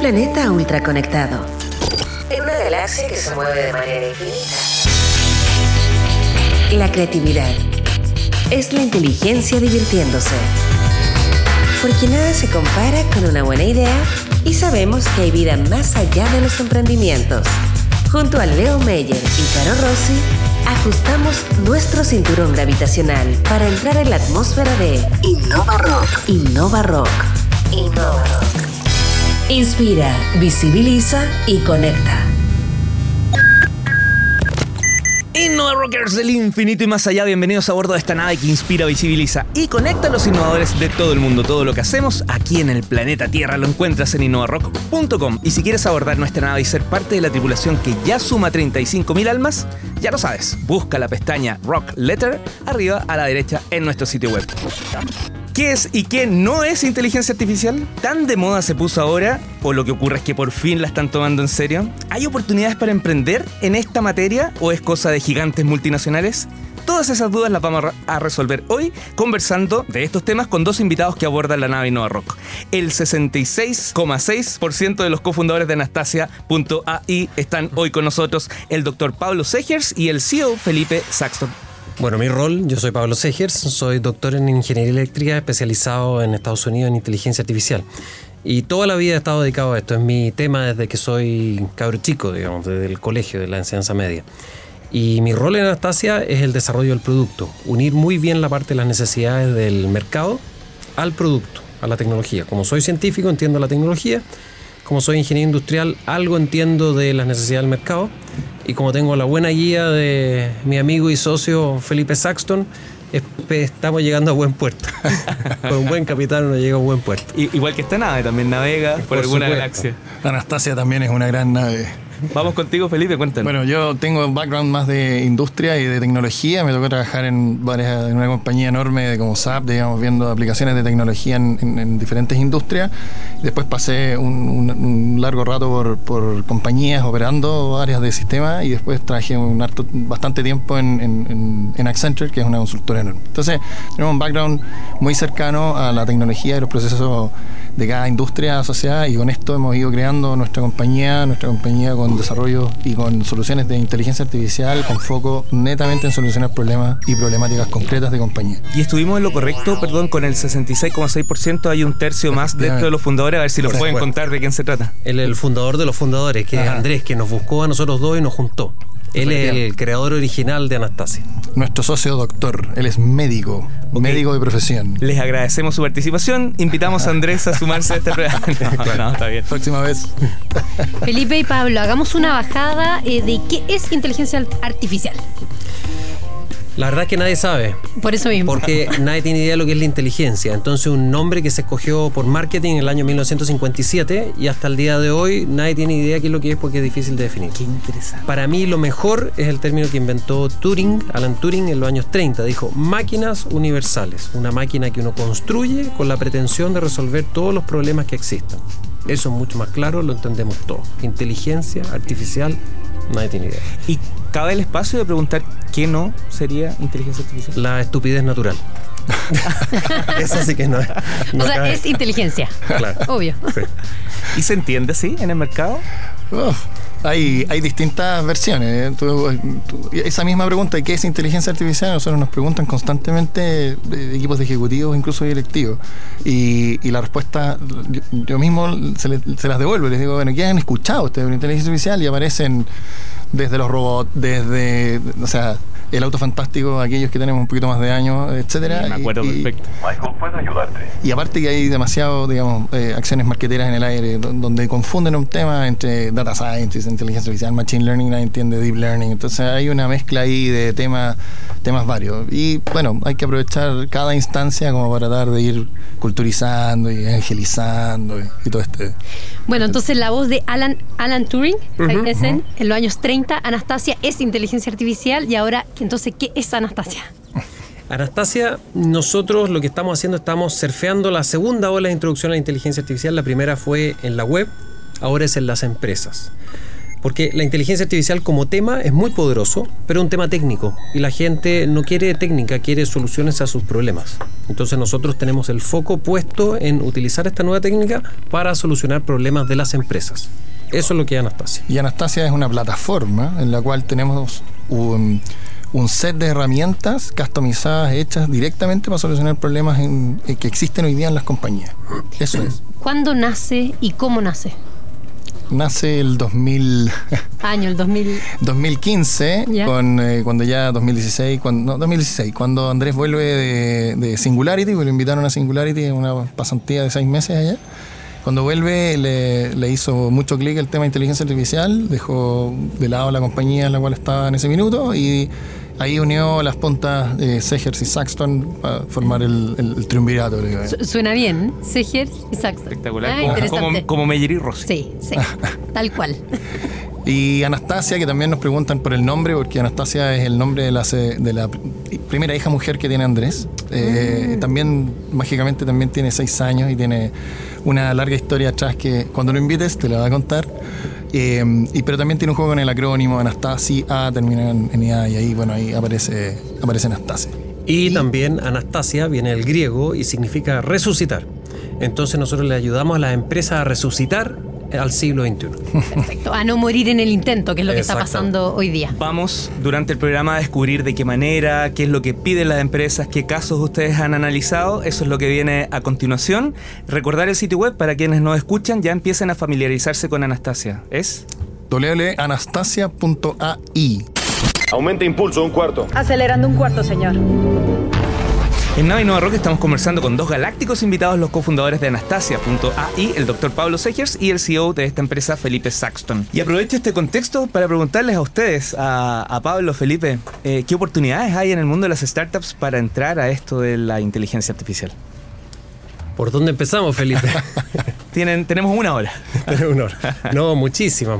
planeta ultraconectado, en una galaxia que se mueve de manera infinita. La creatividad es la inteligencia divirtiéndose. Porque nada se compara con una buena idea y sabemos que hay vida más allá de los emprendimientos. Junto a Leo Meyer y Caro Rossi, ajustamos nuestro cinturón gravitacional para entrar en la atmósfera de Innova Rock. Innova Rock. Innova Rock. Inspira, visibiliza y conecta. Innova Rockers del infinito y más allá, bienvenidos a bordo de esta nave que inspira, visibiliza y conecta a los innovadores de todo el mundo. Todo lo que hacemos aquí en el planeta Tierra lo encuentras en innovarock.com. Y si quieres abordar nuestra nave y ser parte de la tripulación que ya suma 35.000 almas, ya lo sabes, busca la pestaña Rock Letter arriba a la derecha en nuestro sitio web. ¿Qué es y qué no es inteligencia artificial? ¿Tan de moda se puso ahora? ¿O lo que ocurre es que por fin la están tomando en serio? ¿Hay oportunidades para emprender en esta materia o es cosa de gigantes multinacionales? Todas esas dudas las vamos a resolver hoy conversando de estos temas con dos invitados que abordan la nave Innova Rock. El 66,6% de los cofundadores de Anastasia.ai están hoy con nosotros, el doctor Pablo Segers y el CEO Felipe Saxton. Bueno, mi rol, yo soy Pablo Segers, soy doctor en ingeniería eléctrica especializado en Estados Unidos en inteligencia artificial. Y toda la vida he estado dedicado a esto, es mi tema desde que soy cabro chico, digamos, desde el colegio, de la enseñanza media. Y mi rol en Anastasia es el desarrollo del producto, unir muy bien la parte de las necesidades del mercado al producto, a la tecnología. Como soy científico, entiendo la tecnología. Como soy ingeniero industrial, algo entiendo de las necesidades del mercado. Y como tengo la buena guía de mi amigo y socio Felipe Saxton, estamos llegando a buen puerto. Con un buen capitán uno llega a un buen puerto. Igual que esta nave, también navega por alguna galaxia. Anastasia también es una gran nave. Vamos contigo, Felipe, cuéntanos. Bueno, yo tengo background más de industria y de tecnología. Me tocó trabajar en una compañía enorme como SAP, digamos, viendo aplicaciones de tecnología en diferentes industrias. Después pasé un largo rato por compañías operando áreas de sistema y después trabajé bastante tiempo en Accenture, que es una consultora enorme. Entonces, tenemos un background muy cercano a la tecnología y los procesos de cada industria asociada, y con esto hemos ido creando nuestra compañía con desarrollo y con soluciones de inteligencia artificial con foco netamente en solucionar problemas y problemáticas concretas de compañía. Y estuvimos en lo correcto, con el 66,6%, hay un tercio más dentro de los fundadores, a ver si los pueden contar de quién se trata. El fundador de los fundadores, que es Andrés, que nos buscó a nosotros dos y nos juntó. Él es el creador original de Anastasia. Nuestro socio doctor, él es médico, médico de profesión. Les agradecemos su participación, invitamos a Andrés a sumarse a este programa. No, está bien. Próxima vez. Felipe y Pablo, hagamos una bajada de qué es inteligencia artificial. La verdad es que nadie sabe. Por eso mismo. Porque nadie tiene idea de lo que es la inteligencia. Entonces, un nombre que se escogió por marketing en el año 1957 y hasta el día de hoy nadie tiene idea qué es lo que es porque es difícil de definir. Qué interesante. Para mí lo mejor es el término que inventó Alan Turing en los años 30. Dijo, máquinas universales. Una máquina que uno construye con la pretensión de resolver todos los problemas que existan. Eso es mucho más claro, lo entendemos todos. Inteligencia artificial, nadie tiene idea. Y cabe el espacio de preguntar qué no sería inteligencia artificial. La estupidez natural. Eso sí que no es. O sea, es inteligencia. Claro. Obvio. Sí. ¿Y se entiende así en el mercado? Hay distintas versiones. Esa misma pregunta de qué es inteligencia artificial, nosotros nos preguntan constantemente de equipos de ejecutivos, incluso directivos. Y la respuesta, yo mismo se las devuelvo. Les digo, bueno, ¿qué han escuchado ustedes de inteligencia artificial? Y aparecen desde los robots, desde, el auto fantástico, aquellos que tenemos un poquito más de años, etcétera. Me acuerdo perfecto. Michael, ¿puedo ayudarte? Y aparte que hay demasiado, acciones marqueteras en el aire, donde confunden un tema entre data science, inteligencia artificial, machine learning, nadie entiende deep learning. Entonces hay una mezcla ahí de temas varios. Y bueno, hay que aprovechar cada instancia como para tratar de ir culturizando y evangelizando y todo este. Bueno, entonces la voz de Alan Turing, en los años 30, Anastasia es inteligencia artificial, y ahora, entonces, ¿qué es Anastasia? Anastasia, nosotros lo que estamos haciendo, estamos surfeando la segunda ola de introducción a la inteligencia artificial. La primera fue en la web, ahora es en las empresas. Porque la inteligencia artificial como tema es muy poderoso, pero es un tema técnico. Y la gente no quiere técnica, quiere soluciones a sus problemas. Entonces nosotros tenemos el foco puesto en utilizar esta nueva técnica para solucionar problemas de las empresas. Eso es lo que es Anastasia. Y Anastasia es una plataforma en la cual tenemos un set de herramientas customizadas, hechas directamente para solucionar problemas que existen hoy día en las compañías. Eso es. ¿Cuándo nace y cómo nace? Nace el 2015, ¿Ya? Cuando ya 2016, cuando Andrés vuelve de Singularity, porque lo invitaron a Singularity en una pasantía de 6 meses allá. Cuando vuelve le hizo mucho clic el tema de inteligencia artificial, dejó de lado la compañía en la cual estaba en ese minuto y ahí unió las puntas de Segers y Saxton para formar el triunvirato. Suena bien, Segers y Saxton. Espectacular. Interesante. Como Meyer y Rossi. Sí, tal cual. Y Anastasia, que también nos preguntan por el nombre, porque Anastasia es el nombre de la primera hija mujer que tiene Andrés. También, mágicamente, también tiene 6 años y tiene una larga historia atrás que cuando lo invites te la va a contar. Pero también tiene un juego con el acrónimo Anastasia, termina en IA, y ahí, bueno, ahí aparece Anastasia. Y también Anastasia viene del griego y significa resucitar. Entonces nosotros le ayudamos a las empresas a resucitar al siglo XXI. Perfecto. A no morir en el intento, que es lo que está pasando hoy día. Vamos durante el programa a descubrir de qué manera, qué es lo que piden las empresas, qué casos ustedes han analizado. Eso es lo que viene a continuación. Recordar el sitio web para quienes nos escuchan, ya empiecen a familiarizarse con Anastasia. ¿Es? www.anastasia.ai. Aumenta impulso 1/4. Acelerando 1/4, señor. En Nava Innova Rock estamos conversando con 2 galácticos invitados, los cofundadores de Anastasia.ai, el Dr. Pablo Segers y el CEO de esta empresa, Felipe Saxton. Y aprovecho este contexto para preguntarles a ustedes, a Pablo, Felipe, ¿qué oportunidades hay en el mundo de las startups para entrar a esto de la inteligencia artificial? ¿Por dónde empezamos, Felipe? Tenemos 1 hora. Tenemos 1 hora. No, muchísimas.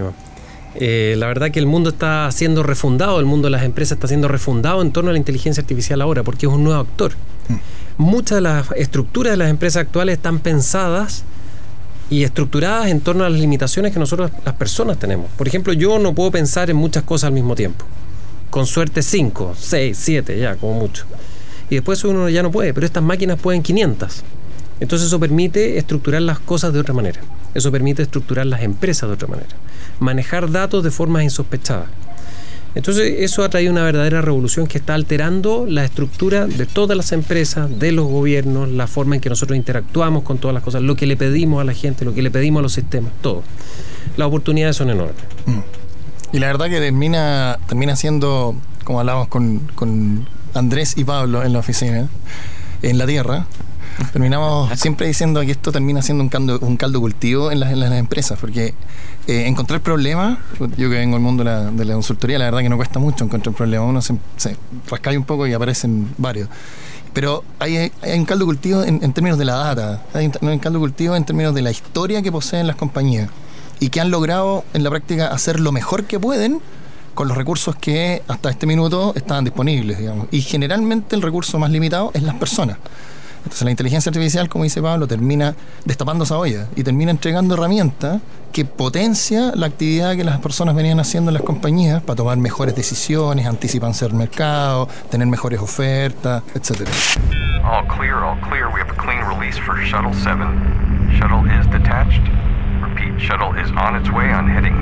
La verdad que el mundo está siendo refundado, el mundo de las empresas está siendo refundado en torno a la inteligencia artificial ahora, porque es un nuevo actor. Muchas de las estructuras de las empresas actuales están pensadas y estructuradas en torno a las limitaciones que nosotros las personas tenemos. Por ejemplo, yo no puedo pensar en muchas cosas al mismo tiempo. Con suerte 5, 6, 7, ya, como mucho. Y después uno ya no puede, pero estas máquinas pueden 500. Entonces eso permite estructurar las cosas de otra manera. Eso permite estructurar las empresas de otra manera. Manejar datos de formas insospechadas. Entonces eso ha traído una verdadera revolución que está alterando la estructura de todas las empresas, de los gobiernos, la forma en que nosotros interactuamos con todas las cosas, lo que le pedimos a la gente, lo que le pedimos a los sistemas, todo. Las oportunidades son enormes. Y la verdad que termina siendo, como hablábamos con Andrés y Pablo en la oficina, en la Tierra, terminamos siempre diciendo que esto termina siendo un caldo cultivo en las empresas, porque encontrar problemas, yo que vengo del mundo de la consultoría, la verdad que no cuesta mucho encontrar problemas, uno se rasca un poco y aparecen varios. Pero hay un caldo cultivo en términos de la data, hay un caldo cultivo en términos de la historia que poseen las compañías y que han logrado en la práctica hacer lo mejor que pueden con los recursos que hasta este minuto estaban disponibles, digamos. Y generalmente el recurso más limitado es las personas. Entonces la inteligencia artificial, como dice Pablo, termina destapando esa olla y termina entregando herramientas que potencia la actividad que las personas venían haciendo en las compañías para tomar mejores decisiones, anticiparse al mercado, tener mejores ofertas, etc. All clear, we have a clean release for Shuttle 7. Shuttle is detached. Repeat, Shuttle is on its way on heading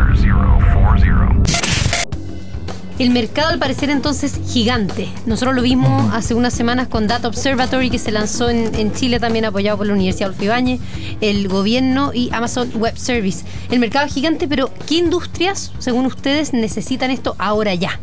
9040. El mercado, al parecer, entonces, gigante. Nosotros lo vimos hace unas semanas con Data Observatory, que se lanzó en Chile, también apoyado por la Universidad Adolfo Ibáñez, el gobierno y Amazon Web Service. El mercado es gigante, pero ¿qué industrias, según ustedes, necesitan esto ahora ya?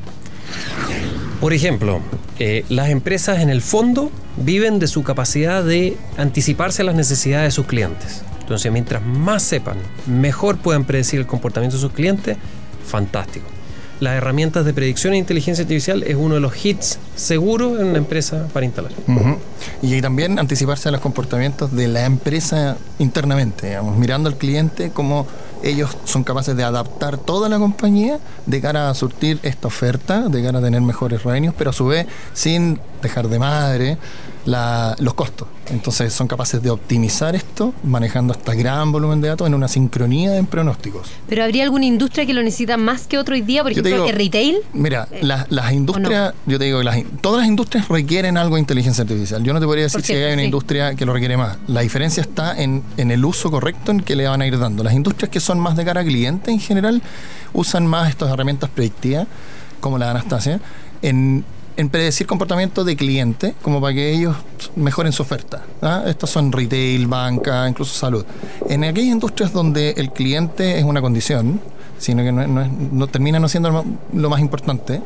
Por ejemplo, las empresas en el fondo viven de su capacidad de anticiparse a las necesidades de sus clientes. Entonces, mientras más sepan, mejor puedan predecir el comportamiento de sus clientes, fantástico. Las herramientas de predicción e inteligencia artificial es uno de los hits seguros en una empresa para instalar. Y también anticiparse a los comportamientos de la empresa internamente, digamos, mirando al cliente, cómo ellos son capaces de adaptar toda la compañía de cara a surtir esta oferta, de cara a tener mejores revenues, pero a su vez sin dejar de madre los costos. Entonces son capaces de optimizar esto manejando hasta gran volumen de datos en una sincronía en pronósticos. ¿Pero habría alguna industria que lo necesita más que otro hoy día? Por ejemplo, ¿el retail? Mira, las industrias, yo te digo, todas las industrias requieren algo de inteligencia artificial. Yo no te podría decir si hay una industria que lo requiere más. La diferencia está en el uso correcto en que le van a ir dando. Las industrias que son más de cara a cliente en general usan más estas herramientas predictivas, como la de Anastasia, en predecir comportamiento de cliente, como para que ellos mejoren su oferta. Estos son retail, banca, incluso salud. En aquellas industrias donde el cliente es una condición, sino que no termina no siendo lo más importante,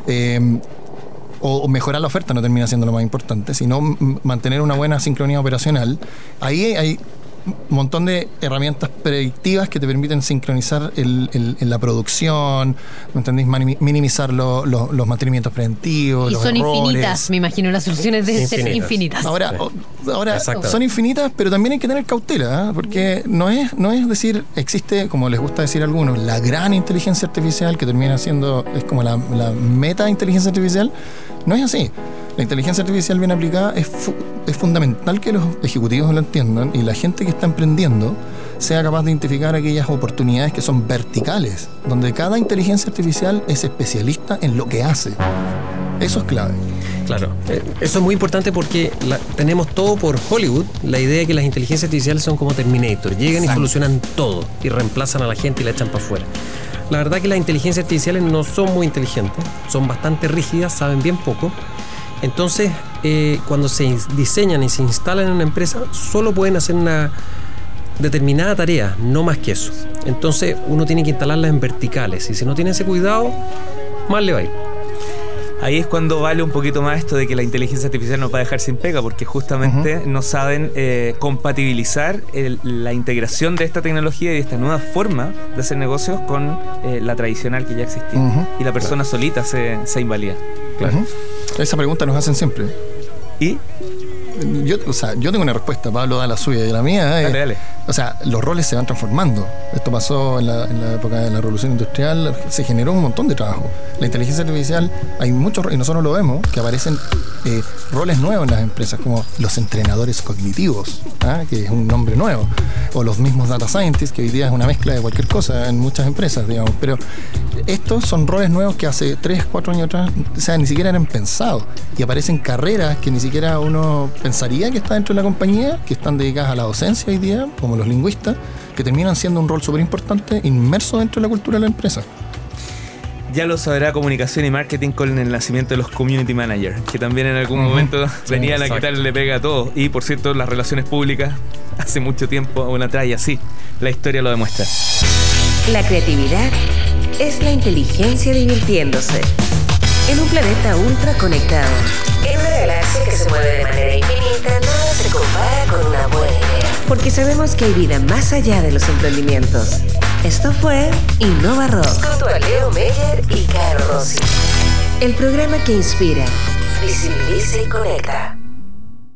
o mejorar la oferta no termina siendo lo más importante, sino mantener una buena sincronía operacional, ahí hay un montón de herramientas predictivas que te permiten sincronizar la producción, ¿me entendéis? Minimizar los mantenimientos preventivos, y los son errores. Infinitas, me imagino, las soluciones deben ser infinitas. Ahora son infinitas, pero también hay que tener cautela, porque no es decir, existe, como les gusta decir a algunos, la gran inteligencia artificial que termina siendo, es como la meta inteligencia artificial. No es así. La inteligencia artificial bien aplicada es fundamental que los ejecutivos lo entiendan y la gente que está emprendiendo sea capaz de identificar aquellas oportunidades que son verticales, donde cada inteligencia artificial es especialista en lo que hace. Eso es clave. Claro, eso es muy importante porque tenemos todo por Hollywood, la idea de que las inteligencias artificiales son como Terminator, llegan y solucionan todo y reemplazan a la gente y la echan para afuera. La verdad que las inteligencias artificiales no son muy inteligentes, son bastante rígidas, saben bien poco. Entonces, cuando se diseñan y se instalan en una empresa, solo pueden hacer una determinada tarea, no más que eso. Entonces, uno tiene que instalarlas en verticales y si no tiene ese cuidado, mal le va a ir. Ahí es cuando vale un poquito más esto de que la inteligencia artificial nos va a dejar sin pega, porque justamente no saben compatibilizar la integración de esta tecnología y de esta nueva forma de hacer negocios con la tradicional que ya existía. Y la persona solita se invalida. Claro. Esa pregunta nos hacen siempre. ¿Y? Yo tengo una respuesta, Pablo da la suya y la mía. Dale. O sea, los roles se van transformando. Esto pasó en la época de la revolución industrial, se generó un montón de trabajo. La inteligencia artificial, hay muchos, y nosotros lo vemos, que aparecen roles nuevos en las empresas, como los entrenadores cognitivos, que es un nombre nuevo, o los mismos data scientists, que hoy día es una mezcla de cualquier cosa en muchas empresas, digamos. Pero estos son roles nuevos que hace 3, 4 años atrás, o sea, ni siquiera eran pensados, y aparecen carreras que ni siquiera uno pensaría que está dentro de la compañía, que están dedicadas a la docencia hoy día, como los lingüistas, que terminan siendo un rol súper importante, inmerso dentro de la cultura de la empresa. Ya lo sabrá comunicación y marketing con el nacimiento de los community managers, que también en algún momento venían a quitarle pega a todo. Y por cierto, las relaciones públicas hace mucho tiempo aún atrás, y así la historia lo demuestra. La creatividad es la inteligencia divirtiéndose. En un planeta ultra conectado, en una galaxia que se mueve de manera infinita, nada se compara con una buena idea. Porque sabemos que hay vida más allá de los emprendimientos. Esto fue Innova Rock, junto a Leo Meyer y Caro Rossi. El programa que inspira, visibiliza y conecta.